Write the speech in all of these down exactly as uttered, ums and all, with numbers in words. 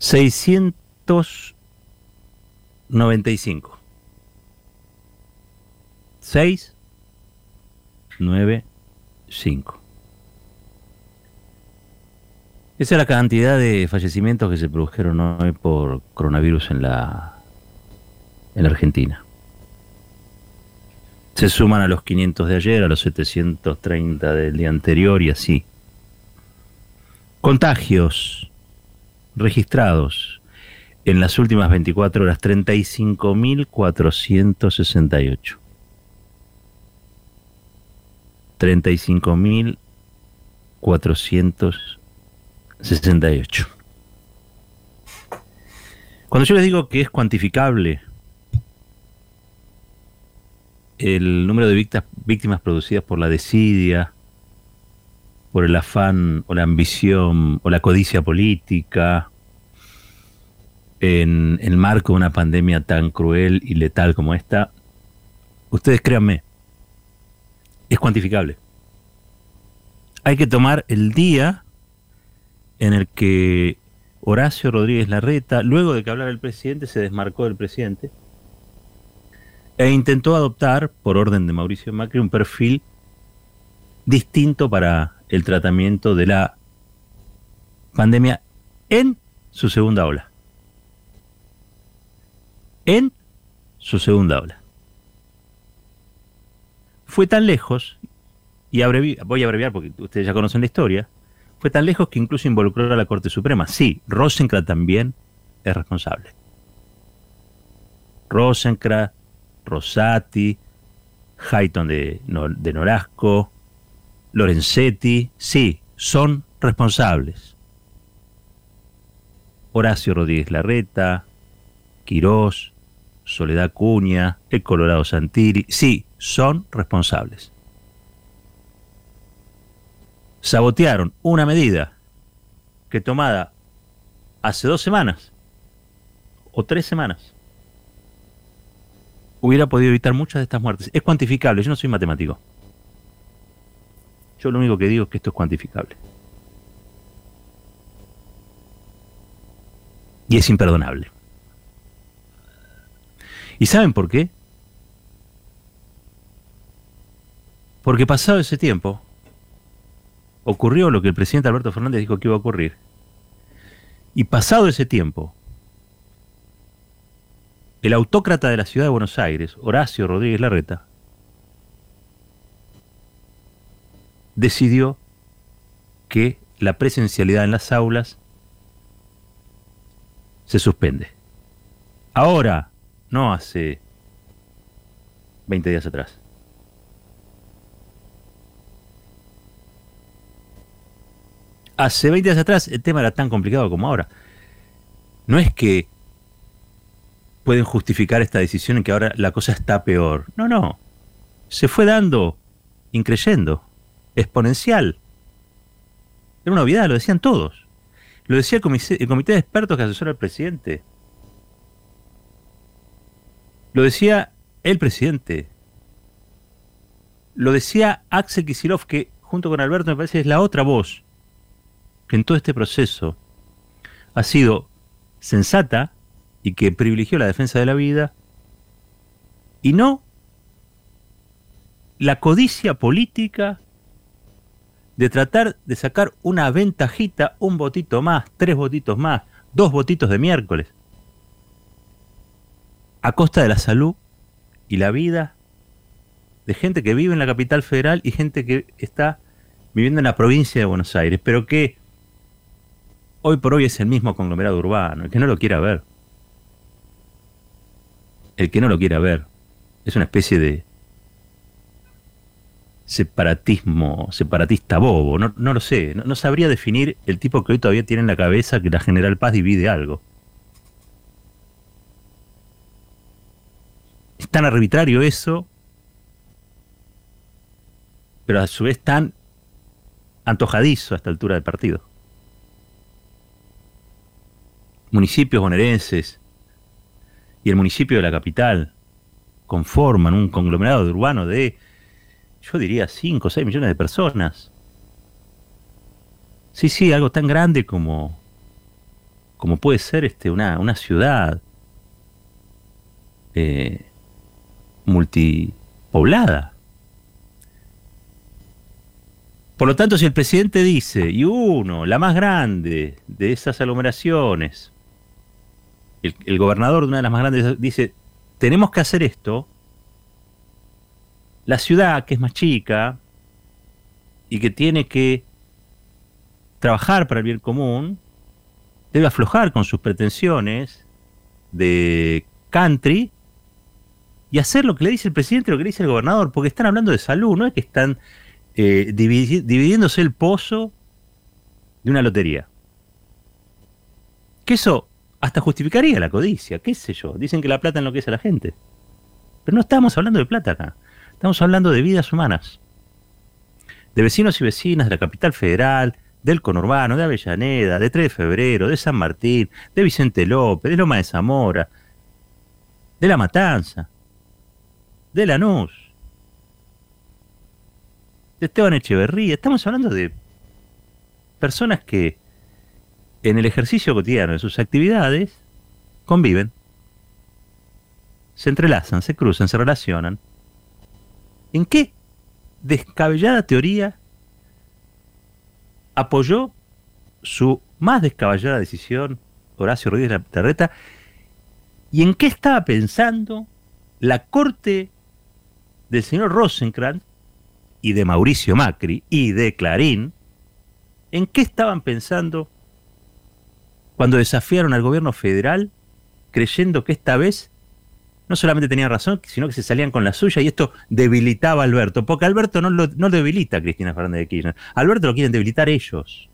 seiscientos noventa y cinco. seiscientos noventa y cinco. Esa es la cantidad de fallecimientos que se produjeron hoy por coronavirus en la, en la Argentina. Se suman a los quinientos de ayer, a los setecientos treinta del día anterior y así. Contagios registrados en las últimas veinticuatro horas, treinta y cinco mil cuatrocientos sesenta y ocho. treinta y cinco mil cuatrocientos sesenta y ocho. Cuando yo les digo que es cuantificable el número de víctimas, víctimas producidas por la desidia, por el afán o la ambición o la codicia política, en el marco de una pandemia tan cruel y letal como esta, ustedes créanme, es cuantificable. Hay que tomar el día en el que Horacio Rodríguez Larreta, luego de que hablara el presidente, se desmarcó del presidente e intentó adoptar, por orden de Mauricio Macri, un perfil distinto para el tratamiento de la pandemia en su segunda ola. En su segunda ola. Fue tan lejos, y abrevi- voy a abreviar porque ustedes ya conocen la historia, fue tan lejos que incluso involucró a la Corte Suprema. Sí, Rosenkrantz también es responsable. Rosenkrantz, Rosati, Hayton de, de Norasco, Lorenzetti, sí, son responsables. Horacio Rodríguez Larreta, Quirós, Soledad Cunha, el Colorado Santilli, sí, son responsables. Sabotearon una medida que tomada hace dos semanas o tres semanas hubiera podido evitar muchas de estas muertes. Es cuantificable, yo no soy matemático. Yo lo único que digo es que esto es cuantificable. Y es imperdonable. ¿Y saben por qué? Porque pasado ese tiempo, ocurrió lo que el presidente Alberto Fernández dijo que iba a ocurrir. Y pasado ese tiempo, el autócrata de la ciudad de Buenos Aires, Horacio Rodríguez Larreta, decidió que la presencialidad en las aulas se suspende. Ahora, no hace veinte días atrás. Hace veinte días atrás el tema era tan complicado como ahora. No es que pueden justificar esta decisión en que ahora la cosa está peor. No, no. Se fue dando, increyendo, exponencial. Era una obviedad, lo decían todos. Lo decía el comité, el comité de expertos que asesora al presidente. Lo decía el presidente. Lo decía Axel Kicillof, que junto con Alberto me parece es la otra voz que en todo este proceso ha sido sensata y que privilegió la defensa de la vida y no la codicia política de tratar de sacar una ventajita, un votito más, tres votitos más, dos votitos de miércoles, a costa de la salud y la vida de gente que vive en la capital federal y gente que está viviendo en la provincia de Buenos Aires, pero que hoy por hoy es el mismo conglomerado urbano, el que no lo quiera ver. El que no lo quiera ver es una especie de separatismo, separatista bobo, no, no lo sé, no, no sabría definir el tipo que hoy todavía tiene en la cabeza que la General Paz divide algo. Es tan arbitrario eso, pero a su vez tan antojadizo a esta altura del partido. Municipios bonaerenses y el municipio de la capital conforman un conglomerado urbano de, yo diría, cinco o seis millones de personas. Sí, sí, algo tan grande como como puede ser este, una, una ciudad eh, multipoblada. Por lo tanto, si el presidente dice, y uno, la más grande de esas aglomeraciones, el, el gobernador de una de las más grandes dice, tenemos que hacer esto, la ciudad, que es más chica y que tiene que trabajar para el bien común, debe aflojar con sus pretensiones de country y hacer lo que le dice el presidente, lo que le dice el gobernador, porque están hablando de salud, no es que están eh, dividi- dividiéndose el pozo de una lotería. Que eso hasta justificaría la codicia, qué sé yo. Dicen que la plata enloquece a la gente. Pero no estamos hablando de plata acá. Estamos hablando de vidas humanas. De vecinos y vecinas de la capital federal, del conurbano, de Avellaneda, de tres de febrero, de San Martín, de Vicente López, de Loma de Zamora, de La Matanza, de Lanús, de Esteban Echeverría. Estamos hablando de personas que en el ejercicio cotidiano de sus actividades conviven, se entrelazan, se cruzan, se relacionan. ¿En qué descabellada teoría apoyó su más descabellada decisión Horacio Rodríguez Larreta? ¿Y en qué estaba pensando la corte del señor Rosenkrantz y de Mauricio Macri y de Clarín? ¿En qué estaban pensando cuando desafiaron al gobierno federal creyendo que esta vez no solamente tenían razón, sino que se salían con la suya y esto debilitaba a Alberto? Porque Alberto no lo, no lo debilita a Cristina Fernández de Kirchner. Alberto lo quieren debilitar ellos.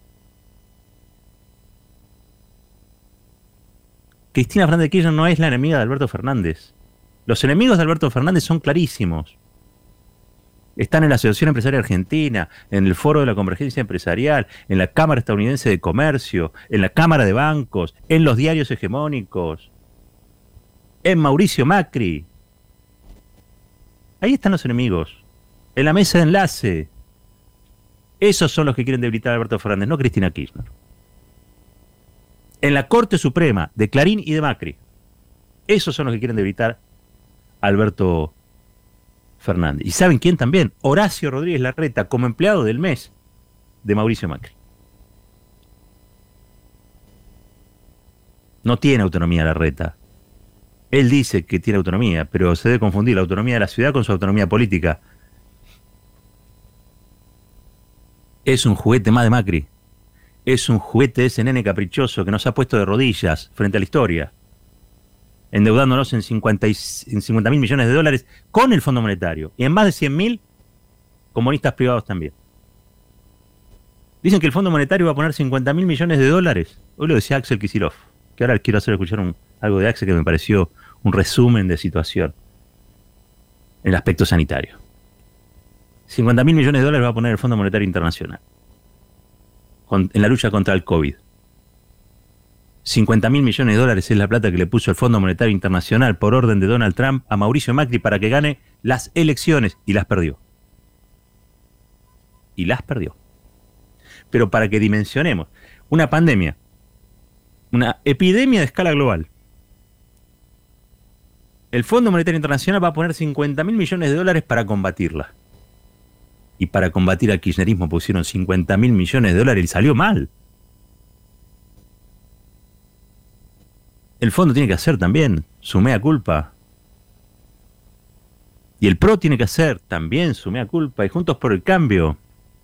Cristina Fernández de Kirchner no es la enemiga de Alberto Fernández. Los enemigos de Alberto Fernández son clarísimos. Están en la Asociación Empresaria Argentina, en el Foro de la Convergencia Empresarial, en la Cámara Estadounidense de Comercio, en la Cámara de Bancos, en los diarios hegemónicos, en Mauricio Macri. Ahí están los enemigos. En la mesa de enlace. Esos son los que quieren debilitar a Alberto Fernández, no Cristina Kirchner. En la Corte Suprema de Clarín y de Macri. Esos son los que quieren debilitar a Alberto Fernández. ¿Y saben quién también? Horacio Rodríguez Larreta, como empleado del mes de Mauricio Macri. No tiene autonomía Larreta. Él dice que tiene autonomía, pero se debe confundir la autonomía de la ciudad con su autonomía política. Es un juguete más de Macri. Es un juguete de ese nene caprichoso que nos ha puesto de rodillas frente a la historia, endeudándonos en cincuenta mil millones de dólares con el Fondo Monetario y en más de cien mil con bonistas privados también. Dicen que el Fondo Monetario va a poner cincuenta mil millones de dólares. Hoy lo decía Axel Kicillof, que ahora quiero hacer escuchar un, algo de Axel que me pareció un resumen de situación en el aspecto sanitario. cincuenta mil millones de dólares va a poner el Fondo Monetario Internacional con, en la lucha contra el COVID. cincuenta mil millones de dólares es la plata que le puso el Fondo Monetario Internacional por orden de Donald Trump a Mauricio Macri para que gane las elecciones, y las perdió. Y las perdió. Pero para que dimensionemos, una pandemia, una epidemia de escala global, el Fondo Monetario Internacional va a poner cincuenta mil millones de dólares para combatirla. Y para combatir al kirchnerismo pusieron cincuenta mil millones de dólares y salió mal. El fondo tiene que hacer también su mea culpa. Y el P R O tiene que hacer también su mea culpa. Y Juntos por el Cambio.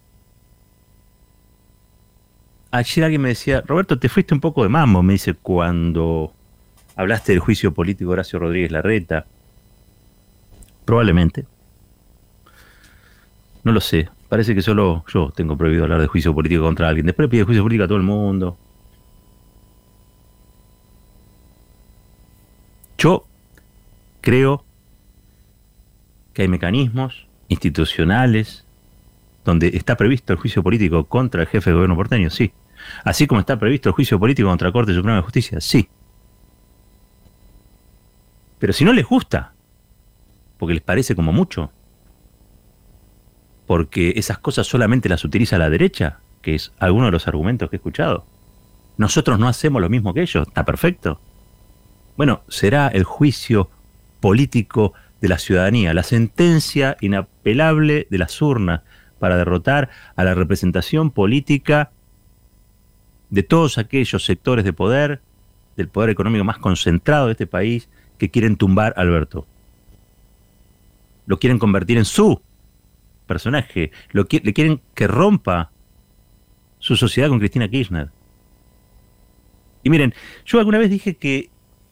Ayer alguien me decía, Roberto, te fuiste un poco de mambo, me dice, cuando hablaste del juicio político de Horacio Rodríguez Larreta. Probablemente. No lo sé. Parece que solo yo tengo prohibido hablar de juicio político contra alguien. Después le pide juicio político a todo el mundo. Yo creo que hay mecanismos institucionales donde está previsto el juicio político contra el jefe de gobierno porteño, sí. Así como está previsto el juicio político contra la Corte Suprema de Justicia, sí. Pero si no les gusta, porque les parece como mucho, porque esas cosas solamente las utiliza la derecha, que es alguno de los argumentos que he escuchado, ¿Nosotros no hacemos lo mismo que ellos? ¿Está perfecto? Bueno, será el juicio político de la ciudadanía, la sentencia inapelable de las urnas para derrotar a la representación política de todos aquellos sectores de poder, del poder económico más concentrado de este país, que quieren tumbar a Alberto. Lo quieren convertir en su personaje, lo qui- le quieren que rompa su sociedad con Cristina Kirchner. Y miren, yo alguna vez dije que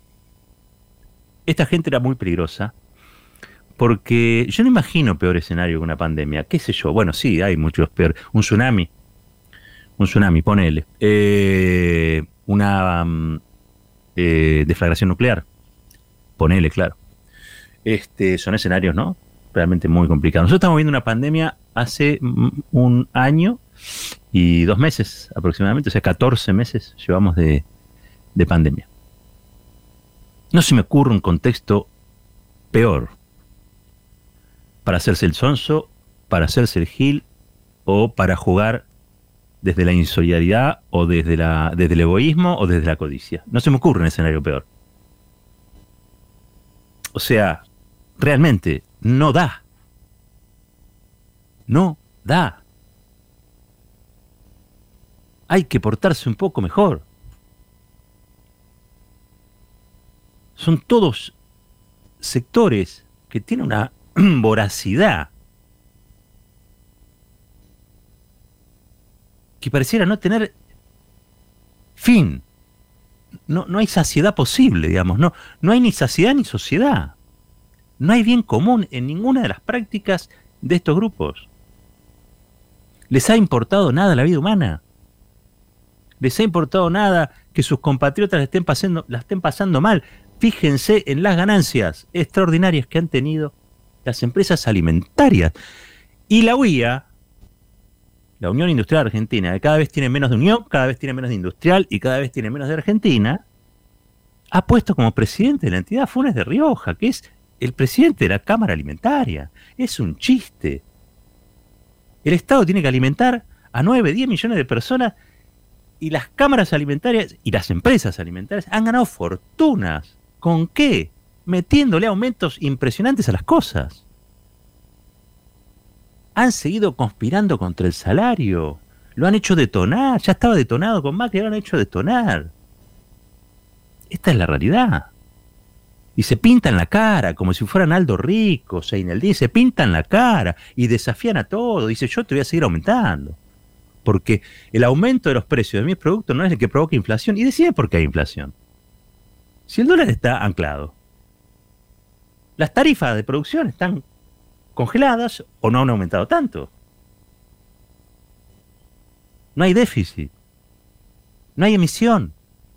esta gente era muy peligrosa, porque yo no imagino peor escenario que una pandemia. ¿Qué sé yo? Bueno, sí, hay muchos peor. Un tsunami. Un tsunami, ponele. Eh, una um, eh, deflagración nuclear. Ponele, claro. Este, son escenarios, ¿no? Realmente muy complicados. Nosotros estamos viendo una pandemia hace mm, un año y dos meses aproximadamente, o sea, catorce meses llevamos de, de pandemia. No se me ocurre un contexto peor para hacerse el sonso, para hacerse el gil o para jugar desde la insolidaridad o desde, la, desde el egoísmo o desde la codicia. No se me ocurre un escenario peor. O sea, realmente no da. No da. Hay que portarse un poco mejor. Son todos sectores que tienen una voracidad que pareciera no tener fin. No, no hay saciedad posible, digamos. No, no hay ni saciedad ni sociedad. No hay bien común en ninguna de las prácticas de estos grupos. ¿Les ha importado nada la vida humana? ¿Les ha importado nada que sus compatriotas la estén pasando, la estén pasando mal? Fíjense en las ganancias extraordinarias que han tenido las empresas alimentarias. Y la U I A, la Unión Industrial Argentina, que cada vez tiene menos de Unión, cada vez tiene menos de Industrial y cada vez tiene menos de Argentina, ha puesto como presidente de la entidad a Funes de Rioja, que es el presidente de la Cámara Alimentaria. Es un chiste. El Estado tiene que alimentar a nueve, diez millones de personas y las cámaras alimentarias y las empresas alimentarias han ganado fortunas. ¿Con qué? Metiéndole aumentos impresionantes a las cosas. Han seguido conspirando contra el salario. Lo han hecho detonar. Ya estaba detonado con Macri, lo han hecho detonar. Esta es la realidad. Y se pintan la cara como si fueran Aldo Rico, Seineldi, se pintan la cara y desafían a todo. Dice, yo te voy a seguir aumentando. Porque el aumento de los precios de mis productos no es el que provoca inflación. Y decide por qué hay inflación. Si el dólar está anclado, las tarifas de producción están congeladas o no han aumentado tanto. No hay déficit. No hay emisión.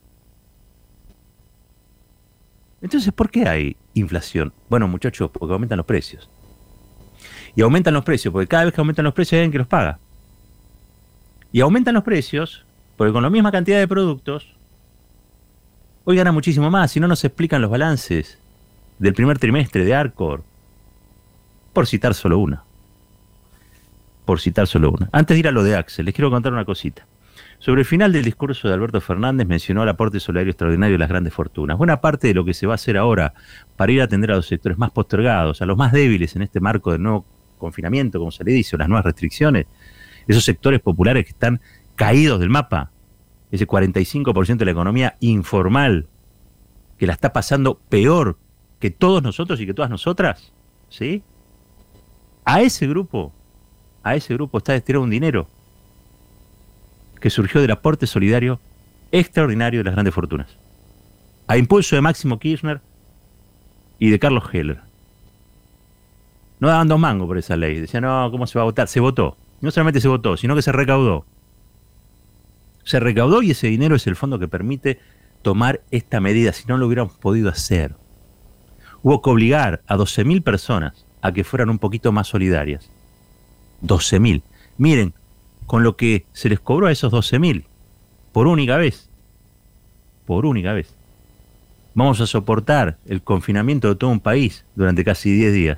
Entonces, ¿por qué hay inflación? Bueno, muchachos, porque aumentan los precios. Y aumentan los precios porque cada vez que aumentan los precios hay alguien que los paga. Y aumentan los precios porque con la misma cantidad de productos hoy gana muchísimo más. Si no nos explican los balances del primer trimestre de Arcor, por citar solo una. Por citar solo una. Antes de ir a lo de Axel, les quiero contar una cosita. Sobre el final del discurso de Alberto Fernández mencionó el aporte solidario extraordinario de las grandes fortunas. Buena parte de lo que se va a hacer ahora para ir a atender a los sectores más postergados, a los más débiles en este marco del nuevo confinamiento, como se le dice, o las nuevas restricciones, esos sectores populares que están caídos del mapa, ese cuarenta y cinco por ciento de la economía informal, que la está pasando peor que todos nosotros y que todas nosotras, ¿sí? A ese grupo, a ese grupo está destinado un dinero que surgió del aporte solidario extraordinario de las grandes fortunas, a impulso de Máximo Kirchner y de Carlos Heller. No daban dos mangos por esa ley, decían, no, ¿cómo se va a votar? Se votó, no solamente se votó, sino que se recaudó. Se recaudó y ese dinero es el fondo que permite tomar esta medida, si no lo hubiéramos podido hacer. Hubo que obligar a doce mil personas a que fueran un poquito más solidarias. doce mil. Miren, con lo que se les cobró a esos doce mil, por única vez, por única vez, vamos a soportar el confinamiento de todo un país durante casi diez días.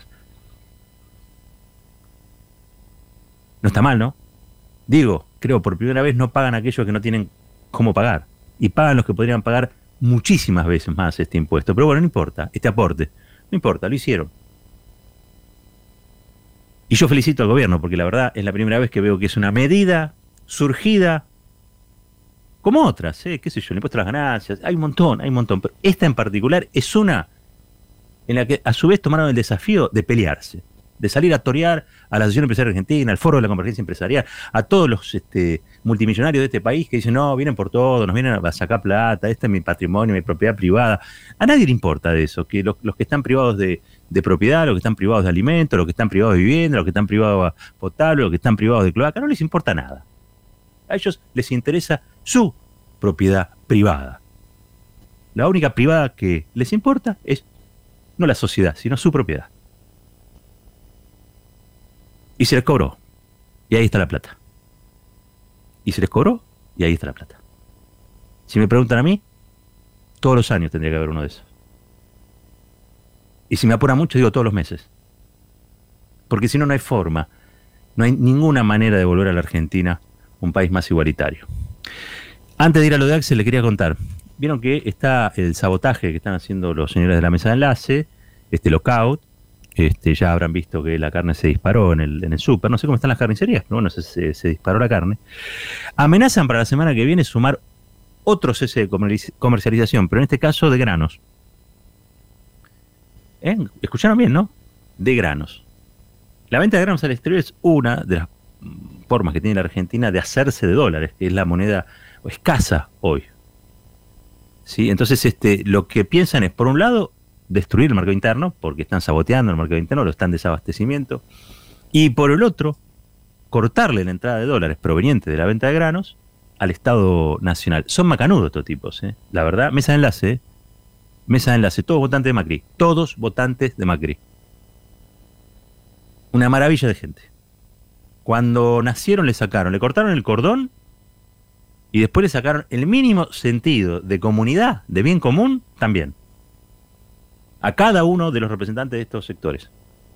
No está mal, ¿no? Digo, creo, por primera vez no pagan aquellos que no tienen cómo pagar. y pagan los que podrían pagar muchísimas veces más este impuesto. Pero bueno, no importa, este aporte, no importa, lo hicieron. Y yo felicito al gobierno, porque la verdad es la primera vez que veo que es una medida surgida como otras, ¿eh? qué sé yo, el impuesto a las ganancias, hay un montón, hay un montón, pero esta en particular es una en la que a su vez tomaron el desafío de pelearse, de salir a torear a la Asociación Empresaria Argentina, al Foro de la Convergencia Empresarial, a todos los este, multimillonarios de este país que dicen, no, vienen por todo, nos vienen a sacar plata, este es mi patrimonio, mi propiedad privada. A nadie le importa de eso, que los, los que están privados de, de propiedad, los que están privados de alimentos, los que están privados de vivienda, los que están privados de potable, los que están privados de cloaca, no les importa nada. A ellos les interesa su propiedad privada. La única privada que les importa es no la sociedad, sino su propiedad. Y se les cobró. Y ahí está la plata. Y se les cobró y ahí está la plata. Si me preguntan a mí, todos los años tendría que haber uno de esos. Y si me apura mucho, digo todos los meses. Porque si no, no hay forma. No hay ninguna manera de volver a la Argentina un país más igualitario. Antes de ir a lo de Axel, le quería contar. Vieron que está el sabotaje que están haciendo los señores de la mesa de enlace, este lockout. Este, ya habrán visto que la carne se disparó en el, en el súper. No sé cómo están las carnicerías, pero bueno, se, se, se disparó la carne. Amenazan para la semana que viene sumar otro cese de comercialización, pero en este caso de granos. ¿Eh? ¿Escucharon bien, no? De granos. La venta de granos al exterior es una de las formas que tiene la Argentina de hacerse de dólares, que es la moneda escasa hoy. ¿Sí? Entonces, este, lo que piensan es, por un lado, destruir el mercado interno, porque están saboteando el mercado interno, lo están desabastecimiento, y por el otro, cortarle la entrada de dólares proveniente de la venta de granos al Estado Nacional. Son macanudos estos tipos, ¿eh? La verdad, mesa de enlace, ¿eh? Mesa de enlace, todos votantes de Macri, todos votantes de Macri. Una maravilla de gente. Cuando nacieron le sacaron, le cortaron el cordón y después le sacaron el mínimo sentido de comunidad, de bien común, también. A cada uno de los representantes de estos sectores.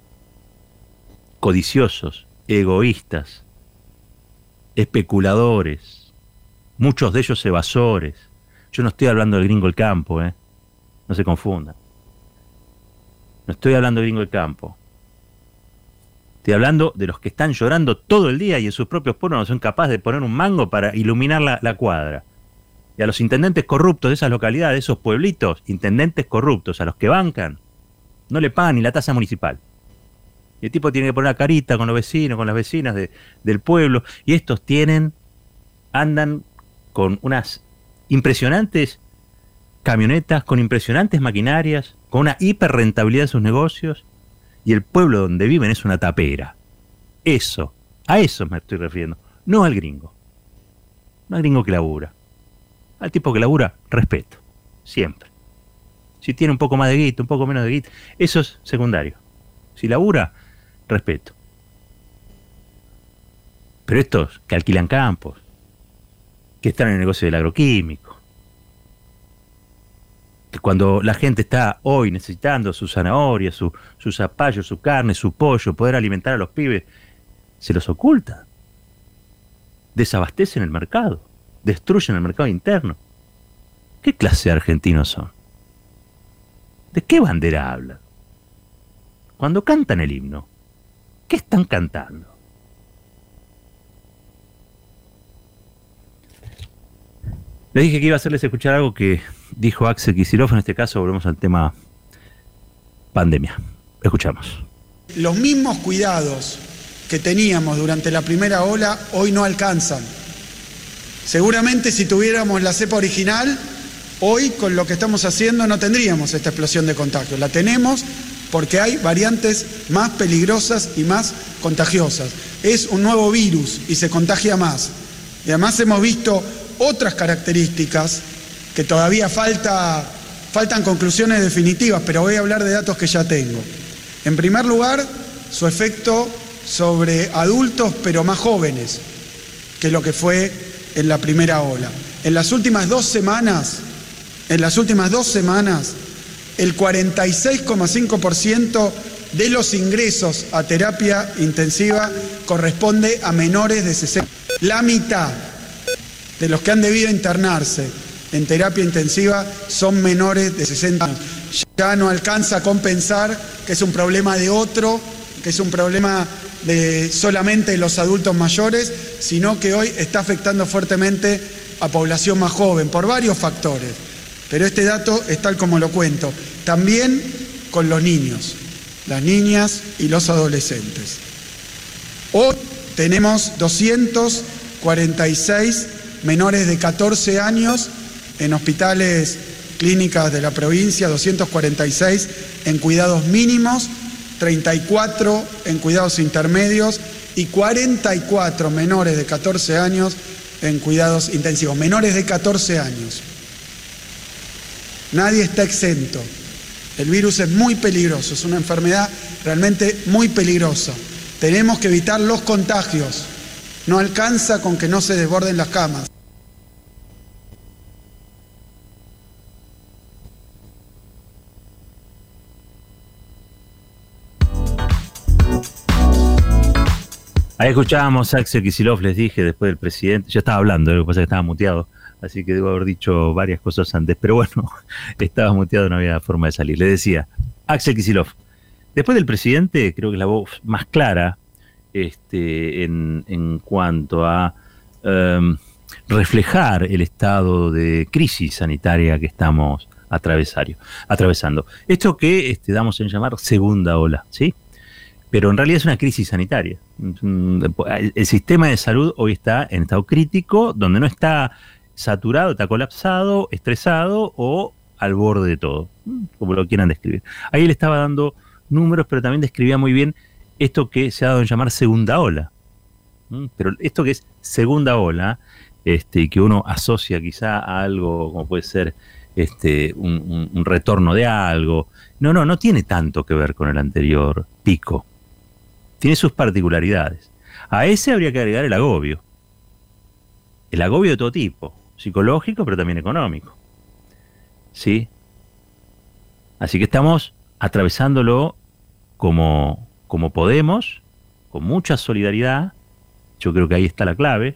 Codiciosos, egoístas, especuladores, muchos de ellos evasores. Yo no estoy hablando del gringo del campo, ¿eh? No se confundan. No estoy hablando del gringo del campo. Estoy hablando de los que están llorando todo el día y en sus propios pueblos no son capaces de poner un mango para iluminar la, la cuadra. Y a los intendentes corruptos de esas localidades, de esos pueblitos, intendentes corruptos, a los que bancan, no le pagan ni la tasa municipal. Y el tipo tiene que poner la carita con los vecinos, con las vecinas de, del pueblo. Y estos tienen, andan con unas impresionantes camionetas, con impresionantes maquinarias, con una hiperrentabilidad de sus negocios. Y el pueblo donde viven es una tapera. Eso, a eso me estoy refiriendo. No al gringo. No al gringo que labura. Al tipo que labura, respeto. Siempre. Si tiene un poco más de guita, un poco menos de guita, eso es secundario. Si labura, respeto. Pero estos que alquilan campos, que están en el negocio del agroquímico, que cuando la gente está hoy necesitando su zanahoria, su, su zapallo, su carne, su pollo, poder alimentar a los pibes, se los ocultan. Desabastecen el mercado, destruyen el mercado interno. ¿Qué clase de argentinos son? ¿De qué bandera hablan? Cuando cantan el himno, ¿qué están cantando? Les dije que iba a hacerles escuchar algo que dijo Axel Kicillof. En este caso volvemos al tema pandemia. Escuchamos. Los mismos cuidados que teníamos durante la primera ola hoy no alcanzan. Seguramente si tuviéramos la cepa original, hoy con lo que estamos haciendo no tendríamos esta explosión de contagios. La tenemos porque hay variantes más peligrosas y más contagiosas. Es un nuevo virus y se contagia más. Y además hemos visto otras características que todavía falta, faltan conclusiones definitivas, pero voy a hablar de datos que ya tengo. En primer lugar, su efecto sobre adultos, pero más jóvenes, que lo que fue en la primera ola. En las últimas dos semanas, en las últimas dos semanas, el cuarenta y seis coma cinco por ciento de los ingresos a terapia intensiva corresponde a menores de sesenta. La mitad de los que han debido internarse en terapia intensiva son menores de sesenta años. Ya no alcanza a compensar que es un problema de otro, que es un problema de solamente los adultos mayores, sino que hoy está afectando fuertemente a población más joven por varios factores. Pero este dato es tal como lo cuento. También con los niños, las niñas y los adolescentes. Hoy tenemos doscientos cuarenta y seis menores de catorce años en hospitales, clínicas de la provincia, doscientos cuarenta y seis en cuidados mínimos, treinta y cuatro en cuidados intermedios y cuarenta y cuatro menores de catorce años en cuidados intensivos. Menores de catorce años. Nadie está exento. El virus es muy peligroso, es una enfermedad realmente muy peligrosa. Tenemos que evitar los contagios. No alcanza con que no se desborden las camas. Ahí escuchábamos a Axel Kicillof, les dije, después del presidente. Yo estaba hablando, lo que pasa es que estaba muteado, así que debo haber dicho varias cosas antes. Pero bueno, estaba muteado, no había forma de salir. Le decía, Axel Kicillof, después del presidente, creo que es la voz más clara este, en, en cuanto a um, reflejar el estado de crisis sanitaria que estamos atravesando. Esto que este, damos en llamar segunda ola, ¿sí? Pero en realidad es una crisis sanitaria. El sistema de salud hoy está en estado crítico, donde no está saturado, está colapsado, estresado o al borde de todo, como lo quieran describir. Ahí le estaba dando números, pero también describía muy bien esto que se ha dado en llamar segunda ola. Pero esto que es segunda ola, este, que uno asocia quizá a algo como puede ser este, un, un, un retorno de algo, no, no, no tiene tanto que ver con el anterior pico. Tiene sus particularidades. A ese habría que agregar el agobio. El agobio de todo tipo, psicológico, pero también económico. ¿Sí? Así que estamos atravesándolo como, como podemos, con mucha solidaridad. Yo creo que ahí está la clave.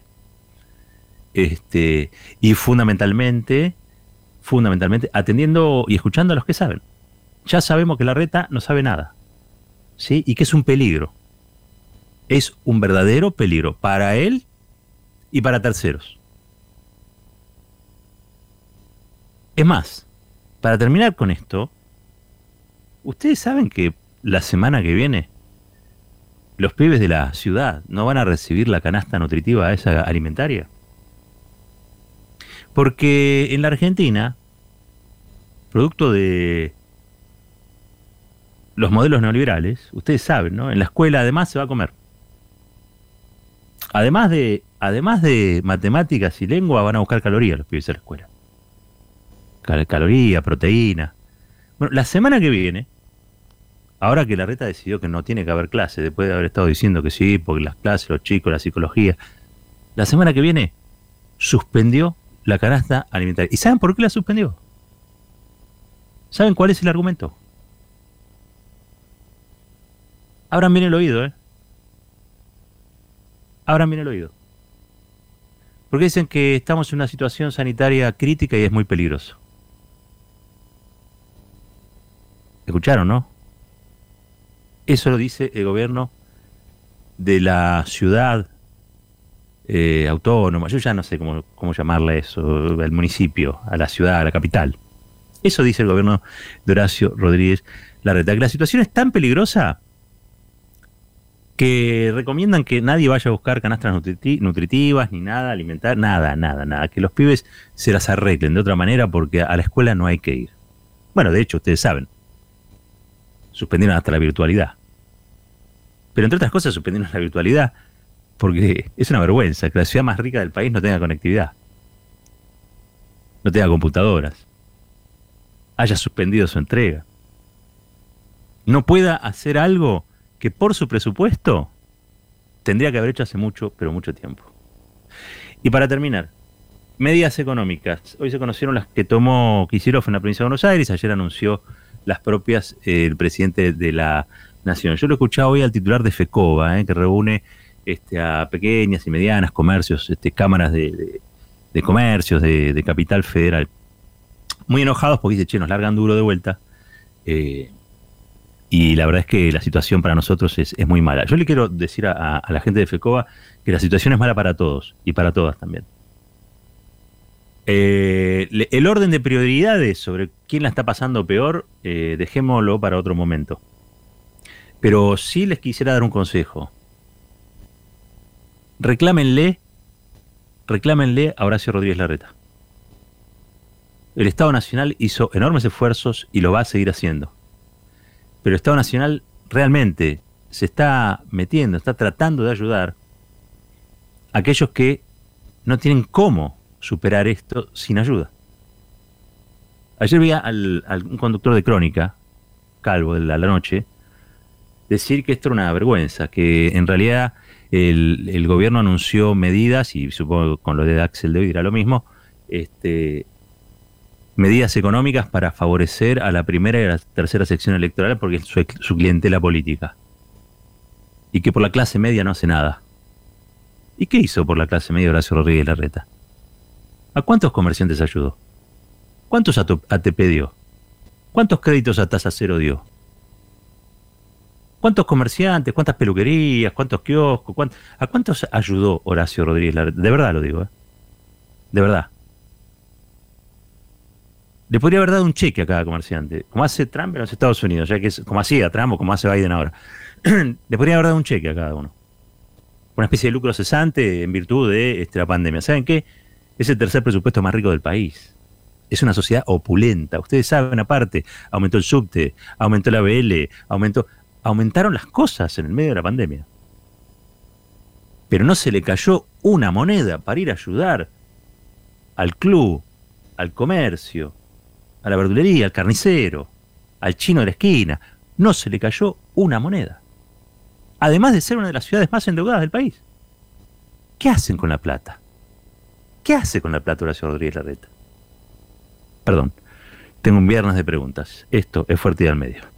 Este, y fundamentalmente, fundamentalmente, atendiendo y escuchando a los que saben. Ya sabemos que Larreta no sabe nada. ¿Sí? Y que es un peligro. Es un verdadero peligro para él y para terceros. Es más, para terminar con esto, ustedes saben que la semana que viene los pibes de la ciudad no van a recibir la canasta nutritiva esa alimentaria. Porque en la Argentina, producto de los modelos neoliberales, ustedes saben, ¿no? En la escuela además se va a comer. Además de, además de matemáticas y lengua, van a buscar calorías los pibes de la escuela. Cal- caloría, proteína. Bueno, la semana que viene, ahora que Larreta decidió que no tiene que haber clases, después de haber estado diciendo que sí, porque las clases, los chicos, la psicología, la semana que viene suspendió la canasta alimentaria. ¿Y saben por qué la suspendió? ¿Saben cuál es el argumento? Abran bien el oído, ¿eh? Abran bien el oído. Porque dicen que estamos en una situación sanitaria crítica y es muy peligroso. ¿Escucharon, no? Eso lo dice el gobierno de la ciudad eh, autónoma. Yo ya no sé cómo, cómo llamarle eso, el municipio, a la ciudad, a la capital. Eso dice el gobierno de Horacio Rodríguez Larreta. Que la situación es tan peligrosa que recomiendan que nadie vaya a buscar canastas nutriti- nutritivas, ni nada, alimentar, nada, nada, nada. Que los pibes se las arreglen de otra manera porque a la escuela no hay que ir. Bueno, de hecho, ustedes saben, suspendieron hasta la virtualidad. Pero entre otras cosas suspendieron la virtualidad porque es una vergüenza que la ciudad más rica del país no tenga conectividad, no tenga computadoras, haya suspendido su entrega, no pueda hacer algo que por su presupuesto tendría que haber hecho hace mucho, pero mucho tiempo. Y para terminar, medidas económicas. Hoy se conocieron las que tomó Kicillof en la provincia de Buenos Aires, ayer anunció las propias eh, el presidente de la Nación. Yo lo he escuchado hoy al titular de FECOBA, eh, que reúne este, a pequeñas y medianas comercios, este, cámaras de, de, de comercios, de, de Capital Federal. Muy enojados porque dice, che, nos largan duro de vuelta. Eh, y la verdad es que la situación para nosotros es, es muy mala. Yo le quiero decir a, a la gente de FECOBA que la situación es mala para todos y para todas también. Eh, le, el orden de prioridades sobre quién la está pasando peor, eh, dejémoslo para otro momento. Pero sí les quisiera dar un consejo. Reclámenle, reclámenle a Horacio Rodríguez Larreta. El Estado Nacional hizo enormes esfuerzos y lo va a seguir haciendo. Pero el Estado Nacional realmente se está metiendo, está tratando de ayudar a aquellos que no tienen cómo superar esto sin ayuda. Ayer vi al, al un conductor de Crónica, Calvo, de la, la noche, decir que esto era una vergüenza, que en realidad el, el gobierno anunció medidas, y supongo que con lo de Axel de hoy dirá lo mismo, este... medidas económicas para favorecer a la primera y a la tercera sección electoral porque es su, su clientela política. Y que por la clase media no hace nada. ¿Y qué hizo por la clase media Horacio Rodríguez Larreta? ¿A cuántos comerciantes ayudó? ¿Cuántos A T P dio? ¿Cuántos créditos a tasa cero dio? ¿Cuántos comerciantes? ¿Cuántas peluquerías? ¿Cuántos kioscos? ¿Cuántos, ¿A cuántos ayudó Horacio Rodríguez Larreta? De verdad lo digo, ¿eh? De verdad. Le podría haber dado un cheque a cada comerciante, como hace Trump en los Estados Unidos, ya que es como hacía Trump o como hace Biden ahora. Le podría haber dado un cheque a cada uno. Una especie de lucro cesante en virtud de este, la pandemia. ¿Saben qué? Es el tercer presupuesto más rico del país. Es una sociedad opulenta. Ustedes saben, aparte, aumentó el subte, aumentó la A B L, aumentó, aumentaron las cosas en el medio de la pandemia. Pero no se le cayó una moneda para ir a ayudar al club, al comercio, a la verdulería, al carnicero, al chino de la esquina. No se le cayó una moneda. Además de ser una de las ciudades más endeudadas del país. ¿Qué hacen con la plata? ¿Qué hace con la plata Horacio Rodríguez Larreta? Perdón, tengo un viernes de preguntas. Esto es Fuerte y al Medio.